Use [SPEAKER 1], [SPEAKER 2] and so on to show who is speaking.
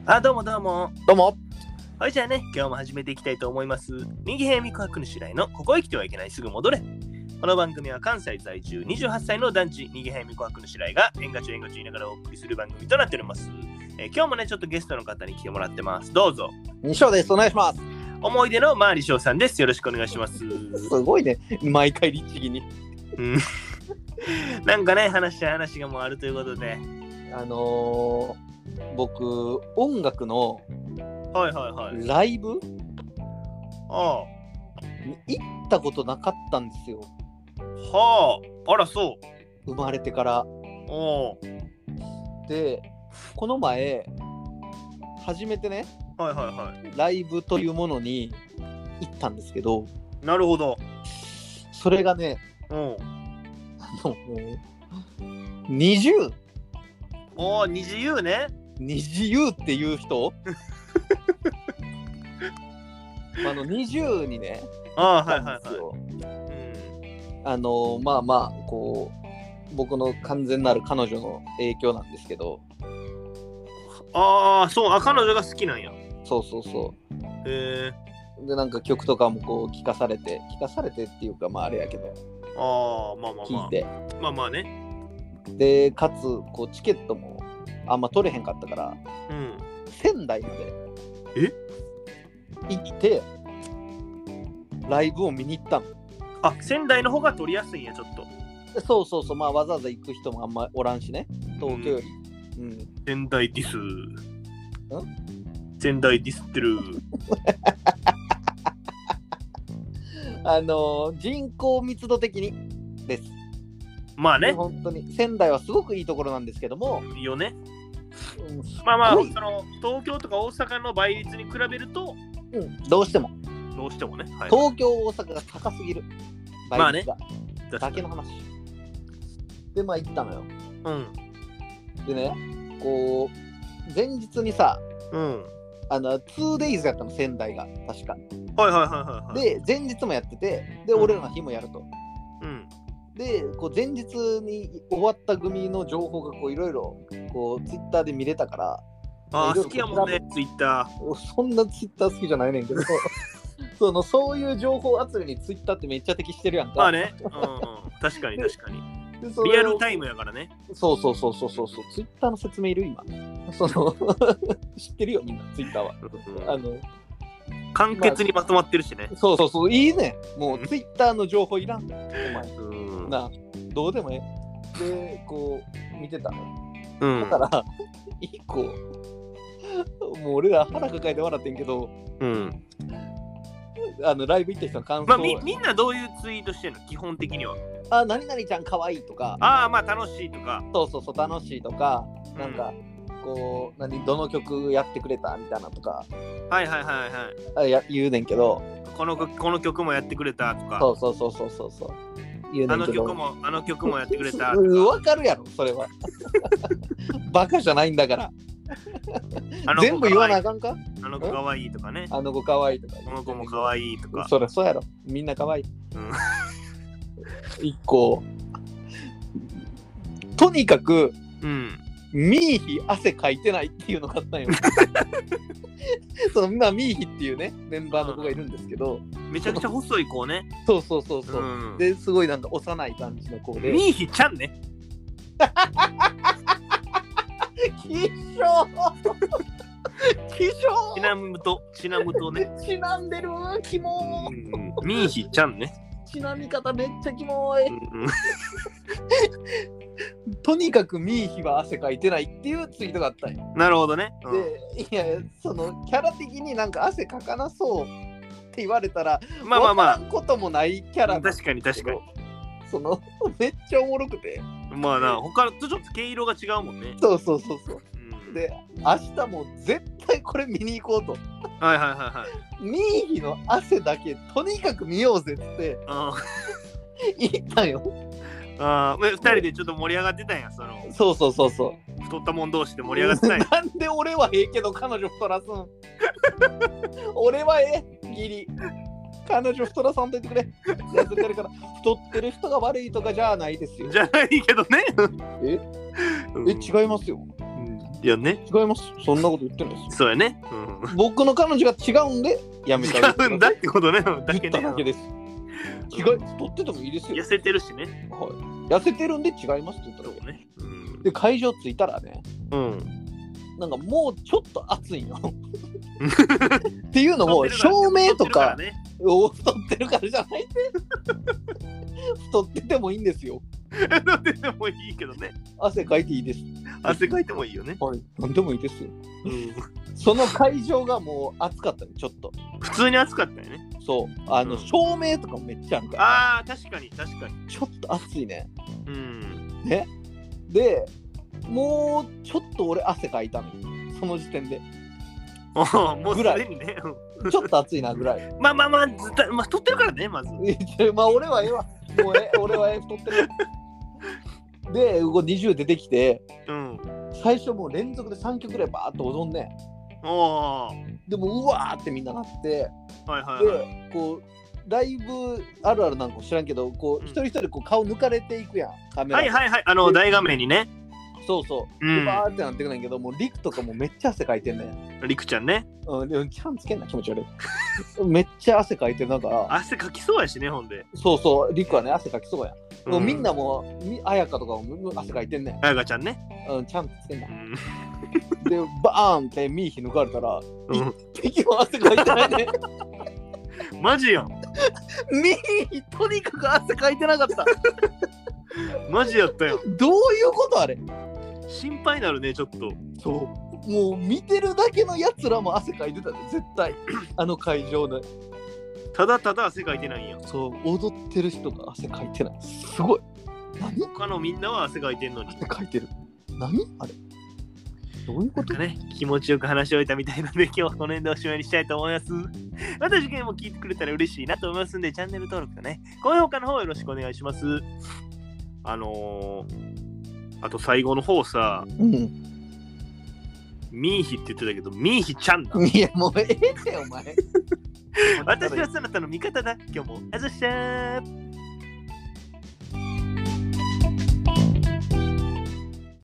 [SPEAKER 1] どうもどうも。
[SPEAKER 2] どうも。
[SPEAKER 1] はい、じゃあね、今日も始めていきたいと思います。右辺未琥珀主来のここへ来てはいけないすぐ戻れ。この番組は関西在住28歳の男児、右辺未琥珀の主来が縁がちゅ言いながらお送りする番組となっております。今日もね、ちょっとゲストの方に来てもらってます。どうぞ。
[SPEAKER 2] 西尾です。お願いします。
[SPEAKER 1] 思い出の周り翔さんです。よろしくお願いします。
[SPEAKER 2] すごいね。毎回律儀に。
[SPEAKER 1] なんかね、話したい話がもうあるということで。
[SPEAKER 2] 僕、音楽のライブに行ったことなかったんですよ。
[SPEAKER 1] あら、そう。
[SPEAKER 2] 生まれてから。で、この前、初めてね、ライブというものに行ったんですけど、
[SPEAKER 1] なるほど。
[SPEAKER 2] それがね、20
[SPEAKER 1] 20ね。
[SPEAKER 2] 20っていう人20にね、行ったんですよ。こう僕の完全なる彼女の影響なんですけど。
[SPEAKER 1] そう、彼女が好きなんや。
[SPEAKER 2] そう。で、なんか曲とかもこう聞かされてっていうか、あれやけど。聞いて。
[SPEAKER 1] ね。
[SPEAKER 2] で、かつこうチケットもあんま取れへんかったから、仙台まで行ってライブを見に行ったの。
[SPEAKER 1] 仙台の方が取りやすいんや、ちょっと。
[SPEAKER 2] そう、わざわざ行く人もあんまおらんしね、東京より。
[SPEAKER 1] 仙台ディス。仙台ディスってる。
[SPEAKER 2] 人口密度的にです。本当に仙台はすごくいいところなんですけども。
[SPEAKER 1] いいよね。その東京とか大阪の倍率に比べると、
[SPEAKER 2] どうしてもね、東京大阪が高すぎる倍率が、だけの話で行ったのよ。でね、こう前日にさ、2days やったの、仙台が確か。で、前日もやってて、で、俺らの日もやると。で、こう前日に終わった組の情報がこういろいろこうツイッターで見れたから。
[SPEAKER 1] 好きやもんね、ツイッタ
[SPEAKER 2] ー。そんなツイッター好きじゃないねんけどそういう情報集めにツイッターってめっちゃ適してるやんか。
[SPEAKER 1] 確かにリアルタイムやからね。
[SPEAKER 2] そうツイッターの説明いる今知ってるよみんなツイッターは。
[SPEAKER 1] 簡潔にまとまってるしね。
[SPEAKER 2] そういいね。もうツイッターの情報いらんお前な、どうでもええ。で、こう見てたの。だから一個もう俺ら腹抱えて笑ってんけど、ライブ行った人の感想。
[SPEAKER 1] みんなどういうツイートしてんの基本的には。
[SPEAKER 2] 何々ちゃんかわいいとか。
[SPEAKER 1] 楽しいとか。
[SPEAKER 2] そう楽しいとか、なんかこうどの曲やってくれたみたいなとか。言うねんけど、
[SPEAKER 1] この曲もやってくれたとか。
[SPEAKER 2] そう言うねんけど、
[SPEAKER 1] あの曲もやってくれたとか。
[SPEAKER 2] わかるやろそれは。バカじゃないんだから。全部言わなあかんか。
[SPEAKER 1] あの子かわいいとかね。
[SPEAKER 2] あの子かわいいとか。
[SPEAKER 1] この子もかわいいとか。
[SPEAKER 2] そりゃそうやろ、みんなかわいい。一個とにかくミーヒ汗かいてないっていうの買ったんよ。ミーヒっていうねメンバーの子がいるんですけど、
[SPEAKER 1] めちゃくちゃ細い子ね。
[SPEAKER 2] そう、ですごいなんか幼い感じの子で。
[SPEAKER 1] ミーヒちゃんね。
[SPEAKER 2] 希少
[SPEAKER 1] ちなむとね。
[SPEAKER 2] ちなんでるキモ
[SPEAKER 1] ー。ミーヒちゃんね。
[SPEAKER 2] ちなみ方めっちゃキモい。とにかくミーヒは汗かいてないっていうツイートがあったんよ。
[SPEAKER 1] なるほどね。
[SPEAKER 2] で、いやそのキャラ的になんか汗かかなそうって言われたら分からんこともないキャラ。
[SPEAKER 1] 確かに。
[SPEAKER 2] めっちゃおもろくて。
[SPEAKER 1] 他とちょっと毛色が違うもんね。
[SPEAKER 2] そう。で、明日も絶対これ見に行こうと。ミーヒの汗だけとにかく見ようぜって言ったよ。
[SPEAKER 1] 2人でちょっと盛り上がってたんや。
[SPEAKER 2] そう。
[SPEAKER 1] 太ったもん同士で盛り上がってたんや。
[SPEAKER 2] なんで俺はええけど彼女太らすん。俺はギリ。彼女太らさんといてくれ。痩せてるから。太ってる人が悪いとかじゃないですよ。
[SPEAKER 1] じゃないけどね。
[SPEAKER 2] 違いますよ。
[SPEAKER 1] いやね。
[SPEAKER 2] 違います。そんなこと言ってないですよ。
[SPEAKER 1] そうやね。
[SPEAKER 2] 僕の彼女が違うんでやめた
[SPEAKER 1] 違うんだってことね。
[SPEAKER 2] 言っただけです。違い、太っててもいいですよ。
[SPEAKER 1] 痩せてるしね。
[SPEAKER 2] はい。痩せてるんで違いますって言ったら
[SPEAKER 1] ね。
[SPEAKER 2] で、会場着いたらね、なんかもうちょっと暑いの。っていうのも、照明とか、太ってるからじゃないって。太っててもいいんですよ。
[SPEAKER 1] 太っててもいいけどね。
[SPEAKER 2] 汗かいていいです。
[SPEAKER 1] 汗かいてもいいよね。
[SPEAKER 2] はい。なんでもいいですよ。その会場がもう暑かったね、ちょっと。
[SPEAKER 1] 普通に暑かったよね。
[SPEAKER 2] そう。照明とかめっちゃあるから。
[SPEAKER 1] ああ、確かに。
[SPEAKER 2] ちょっと暑いね。
[SPEAKER 1] ね。
[SPEAKER 2] で、もうちょっと俺汗かいたの。その時点で。
[SPEAKER 1] もうすでにね。
[SPEAKER 2] ちょっと暑いなぐらい。
[SPEAKER 1] まあ、太ってるからね、まず。
[SPEAKER 2] まあ、俺はええわ。もう俺は太ってる。で、20出てきて、最初もう連続で3曲ぐらいバーっと踊んね。でも、うわーってみんななって、で、こう、ライブあるあるなんか知らんけど、こう、一人一人こう顔抜かれていくやん、カメラ。
[SPEAKER 1] 大画面にね。
[SPEAKER 2] そうそう。で、バーってなってくないけど、もうリクとかもめっちゃ汗かいてんねん。
[SPEAKER 1] リクちゃんね。
[SPEAKER 2] でもちゃんつけんな、気持ち悪い。めっちゃ汗かいてるから。
[SPEAKER 1] 汗かきそうやしね、ほんで。
[SPEAKER 2] そうそう、リクはね、汗かきそうや。もうみんなも、彩香とかも汗かいてんねん。
[SPEAKER 1] 彩香ちゃんね。
[SPEAKER 2] ちゃんとつけんな。で、バーンってミーヒ抜かれたら、一匹も汗かいてないね。
[SPEAKER 1] マジやん。
[SPEAKER 2] ミーヒとにかく汗かいてなかった。
[SPEAKER 1] マジやったよ。
[SPEAKER 2] どういうことあれ？
[SPEAKER 1] 心配なるね、ちょっと。
[SPEAKER 2] そう。もう見てるだけのやつらも汗かいてたね、絶対。あの会場で。
[SPEAKER 1] ただただ汗かいてないんや。
[SPEAKER 2] そう、踊ってる人が汗かいてない。すごい。何？
[SPEAKER 1] 他のみんなは汗かいてんのに。
[SPEAKER 2] 汗かいてる。何あれ？どういうこと
[SPEAKER 1] ね、気持ちよく話し終えたみたいなので、今日はこの辺でおしまいにしたいと思います。また次回も聞いてくれたら嬉しいなと思いますんで、チャンネル登録とね、高評価の方よろしくお願いします。あと最後の方さ、ミーヒって言ってたけど、ミーヒちゃんだ。
[SPEAKER 2] いや、もうええって、お前。
[SPEAKER 1] 私はそなたの味方だ。今日もあざっしゃー。